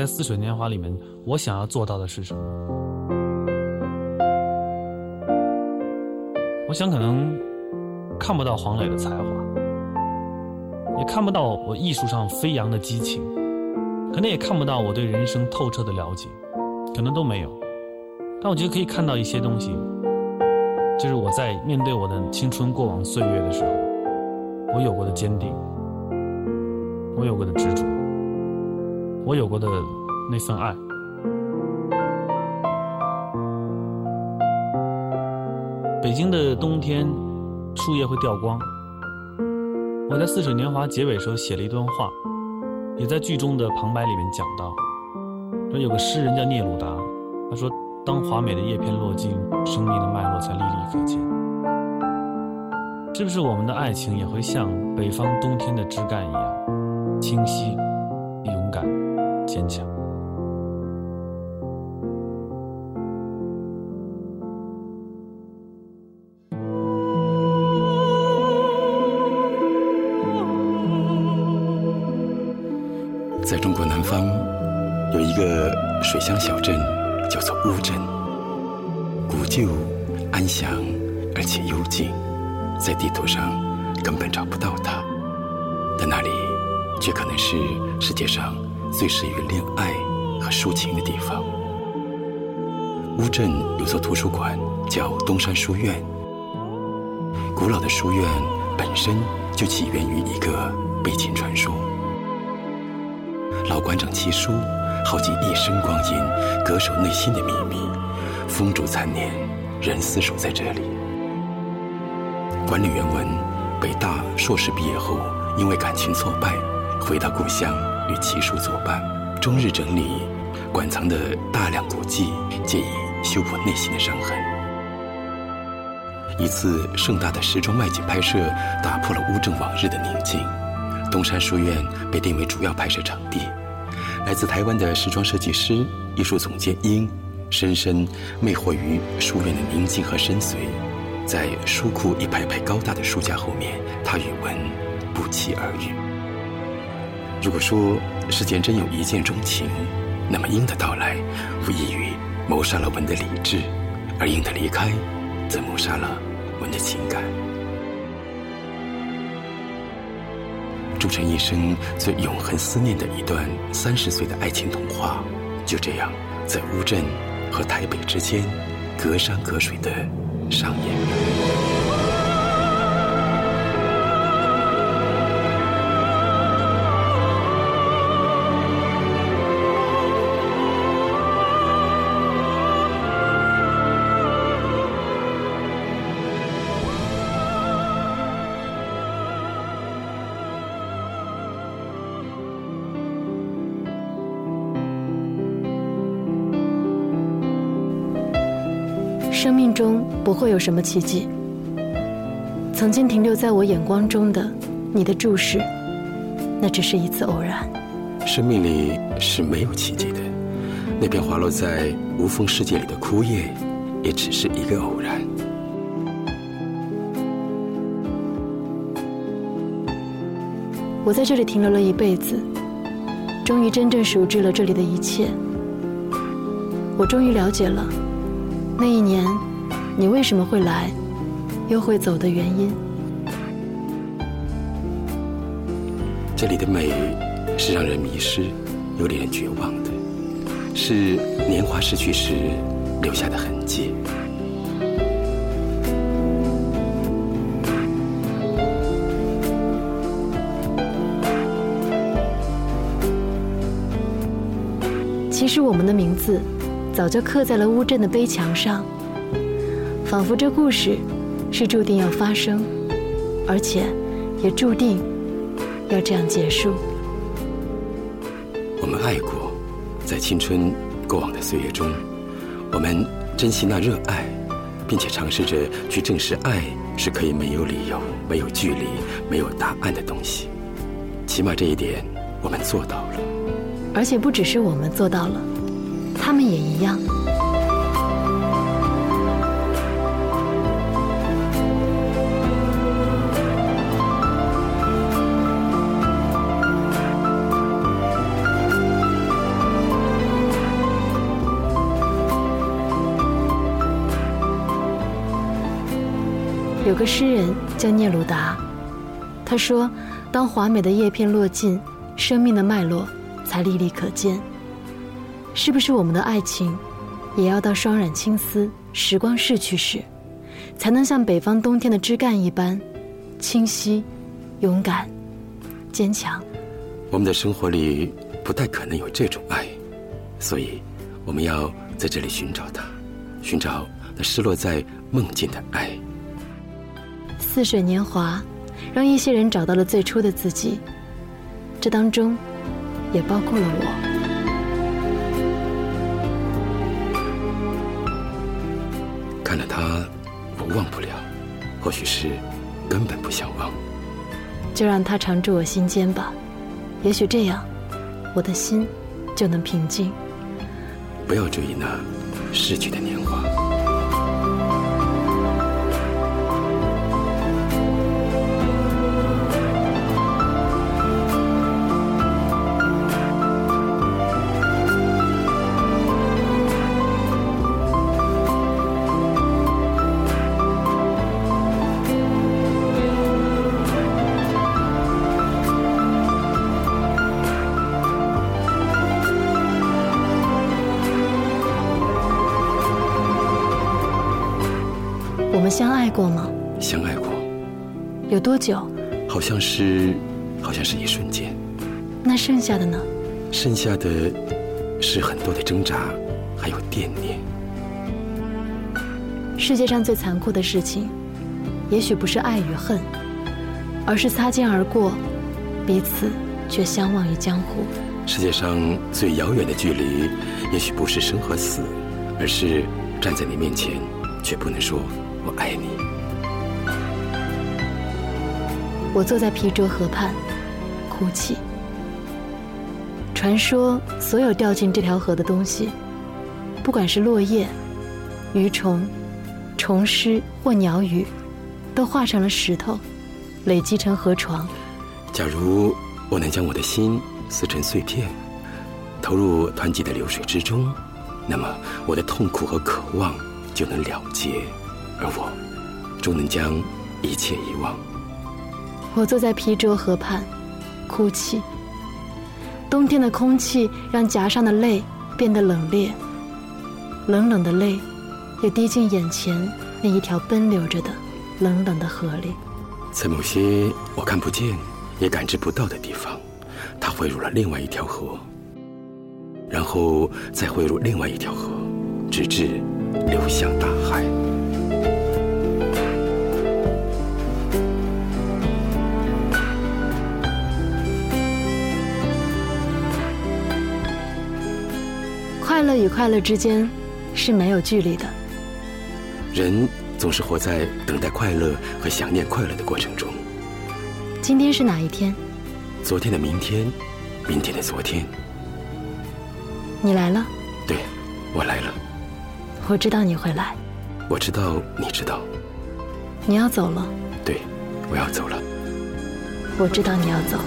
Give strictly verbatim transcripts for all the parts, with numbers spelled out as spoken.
在似水年华里面我想要做到的是什么。我想可能看不到黄磊的才华，也看不到我艺术上飞扬的激情，可能也看不到我对人生透彻的了解，可能都没有。但我觉得可以看到一些东西，就是我在面对我的青春过往岁月的时候，我有过的坚定，我有过的执着，我有过的那份爱。北京的冬天树叶会掉光，我在似水年华结尾时候写了一段话，也在剧中的旁白里面讲到，说有个诗人叫聂鲁达，他说当华美的叶片落尽，生命的脉络才历历可见。是不是我们的爱情也会像北方冬天的枝干一样清晰、勇敢、坚强？ 在中国南方有一个水乡小镇，叫做乌镇，古旧、安详而且幽静，在地图上根本找不到它，但那里却可能是世界上最适于恋爱和抒情的地方。乌镇有座图书馆叫东山书院，古老的书院本身就起源于一个悲情传说。老馆长七叔耗尽一生光阴，恪守内心的秘密，风烛残年，人厮守在这里。管理员文北大硕士毕业后，因为感情挫败，回到故乡与七叔作伴，终日整理馆藏的大量古迹，借以修补内心的伤痕。一次盛大的时装外景拍摄打破了乌镇往日的宁静，东山书院被定为主要拍摄场地。来自台湾的时装设计师、艺术总监英，深深魅惑于书院的宁静和深邃。在书库一排排高大的书架后面，他与文不期而遇。如果说世间真有一见钟情，那么英的到来无异于谋杀了文的理智，而英的离开则谋杀了文的情感。铸成一生最永恒思念的一段三十岁的爱情童话，就这样在乌镇和台北之间隔山隔水的上演了。 生命中不会有什么奇迹，曾经停留在我眼光中的你的注视，那只是一次偶然。 生命里是没有奇迹的，那片滑落在无风世界里的枯叶，也只是一个偶然。 我在这里停留了一辈子，终于真正熟知了这里的一切。我终于了解了那一年你为什么会来又会走的原因。 这里的美是让人迷失又令人绝望的，是年华逝去时留下的痕迹。 其实我们的名字早就刻在了乌镇的碑墙上，仿佛这故事是注定要发生，而且也注定要这样结束。 我们爱过，在青春过往的岁月中，我们珍惜那热爱，并且尝试着去证实爱是可以没有理由、没有距离、没有答案的东西。起码这一点我们做到了。 而且不只是我们做到了，他们也一样。 有个诗人叫聂鲁达，他说，当华美的叶片落尽，生命的脉络才历历可见。是不是我们的爱情也要到霜染青丝，时光逝去时，才能像北方冬天的枝干一般清晰、勇敢、坚强？ 我们的生活里不太可能有这种爱，所以我们要在这里寻找它，寻找那失落在梦境的爱。 似水年华让一些人找到了最初的自己，这当中也包括了我。 看了他，我忘不了，或许是根本不想忘。 就让他常驻我心间吧，也许这样我的心就能平静。 不要追忆那逝去的年华。 我们相爱过吗？ 相爱过。 有多久？ 好像是，好像是一瞬间。 那剩下的呢？ 剩下的是很多的挣扎，还有惦念。 世界上最残酷的事情，也许不是爱与恨，而是擦肩而过，彼此却相忘于江湖。 世界上最遥远的距离，也许不是生和死，而是站在你面前，却不能说我爱你。 我坐在皮卓河畔，哭泣。传说所有掉进这条河的东西，不管是落叶、鱼虫、虫尸或鸟语，都化成了石头，累积成河床。 假如我能将我的心撕成碎片，投入湍急的流水之中，那么我的痛苦和渴望就能了结，而我终能将一切遗忘。 我坐在皮卓河畔，哭泣。冬天的空气让颊上的泪变得冷冽，冷冷的泪也滴进眼前那一条奔流着的冷冷的河里。 在某些我看不见也感知不到的地方，它汇入了另外一条河，然后再汇入另外一条河，直至流向大海。 快乐与快乐之间是没有距离的。 人总是活在等待快乐和想念快乐的过程中。 今天是哪一天？ 昨天的明天，明天的昨天。 你来了？ 对，我来了。 我知道你会来。 我知道你知道。 你要走了？ 对，我要走了。 我知道你要走。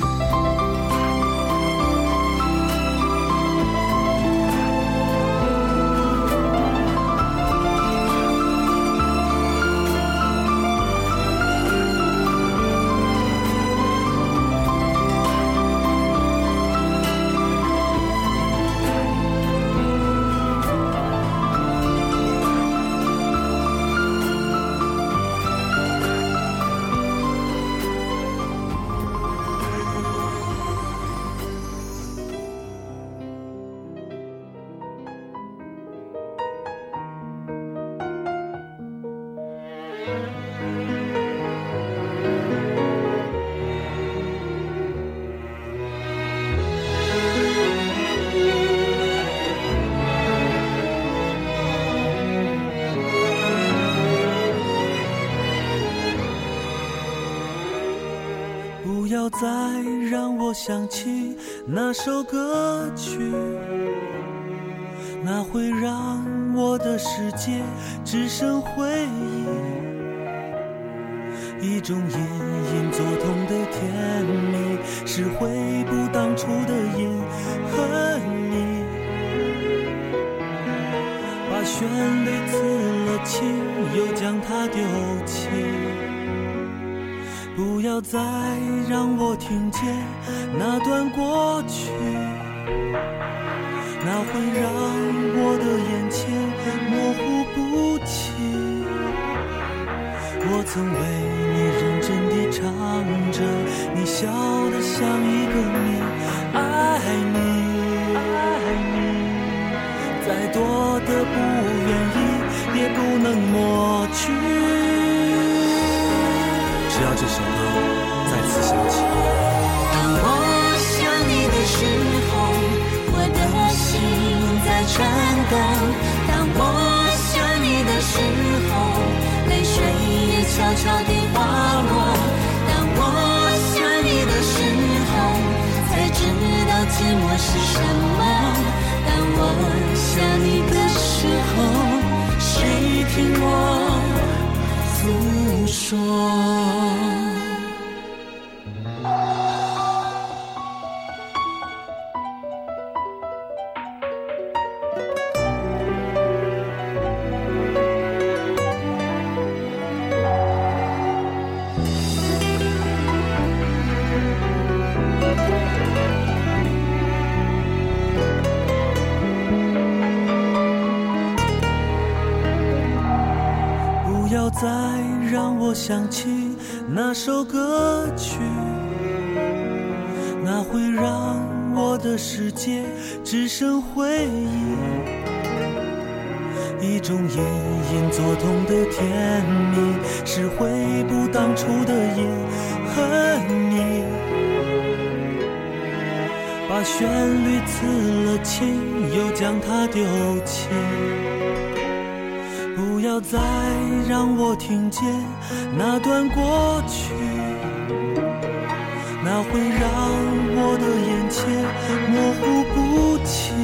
不要再让我想起那首歌曲，那会让我的世界只剩回忆，一种隐隐作痛的甜蜜，是回不当初的隐和你，把旋律刺了情，又将它丢弃。 不要再让我听见那段过去，那会让我的眼前模糊不清。我曾为你认真地唱着，你笑得像一个谜。爱你，爱你，再多的不愿意也不能抹去。只要这首歌再次响起， 当我想你的时候，我的心在颤抖。当我想你的时候，泪水也悄悄地滑落。当我想你的时候，才知道寂寞是什么。当我想你的时候，谁听我诉说？ 再让我想起那首歌曲，那会让我的世界只剩回忆，一种隐隐作痛的甜蜜，是回不当初的隐恨你，把旋律刺了情，又将它丢弃。不要再让我听见那段过去，那会让我的眼前模糊不清。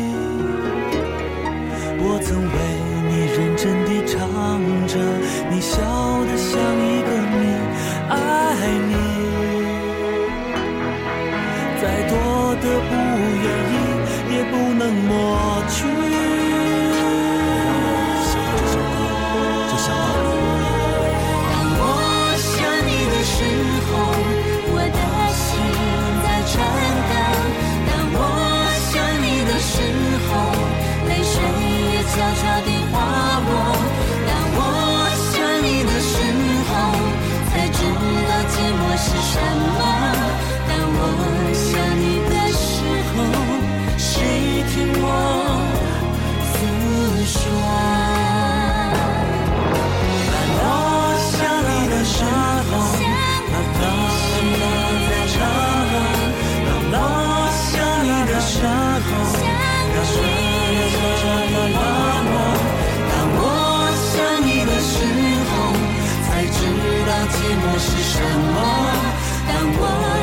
我曾为你认真地唱着，你笑得像一个谜。爱你，再多的不愿意也不能抹去。 时候，我的心在颤抖。当我想你的时候，泪水也悄悄地滑落。当我想你的时候，才知道寂寞是什么。当我想你的时候，谁听我诉说？当我想你的时候，当我在唱，当我想你的时候，让岁月悄悄地滑落。当我想你的时候，才知道寂寞是什么。当我